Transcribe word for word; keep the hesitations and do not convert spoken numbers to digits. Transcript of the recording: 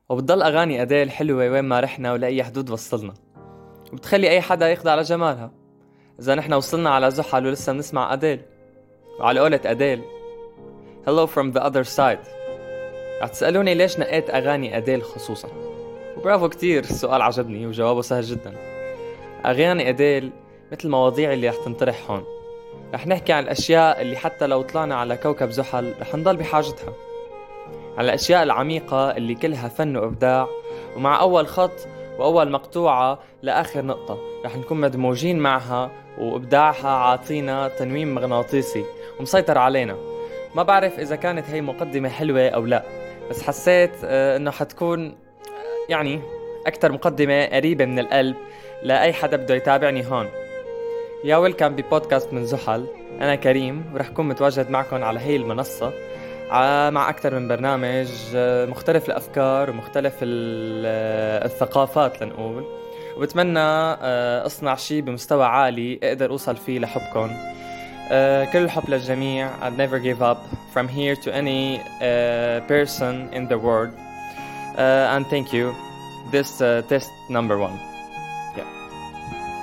وبتضل أغاني أديل حلوة وين ما رحنا ولأي حدود وصلنا، وبتخلي أي حدا يخضع لجمالها. إذا نحنا وصلنا على زحل ولسه بنسمع أديل، وعلى قولة أديل Hello from the other side. رح تسألوني ليش نقيت أغاني أديل خصوصا، وبرافو كتير، السؤال عجبني وجوابه سهل جدا. أغاني أديل مثل المواضيع اللي رح تنطرح هون. رح نحكي عن الأشياء اللي حتى لو طلعنا على كوكب زحل رح نضل بحاجتها، على الأشياء العميقة اللي كلها فن وإبداع، ومع أول خط وأول مقطوعة لآخر نقطة رح نكون مدموجين معها، وإبداعها عاطينا تنويم مغناطيسي ومسيطر علينا. ما بعرف إذا كانت هي مقدمة حلوة أو لا، بس حسيت آه إنه حتكون يعني أكتر مقدمة قريبة من القلب لأي حدا بده يتابعني هون. يا ويلكم ببودكاست من زحل. أنا كريم ورح كون متواجد معكم على هي المنصة مع أكثر من برنامج، مختلف الأفكار ومختلف الثقافات لنقول، وبتمنى أصنع شيء بمستوى عالي أقدر أوصل فيه لحبكم. كل الحب للجميع. I'd never give up from here to any uh, person in the world uh, and thank you. This uh, test number one.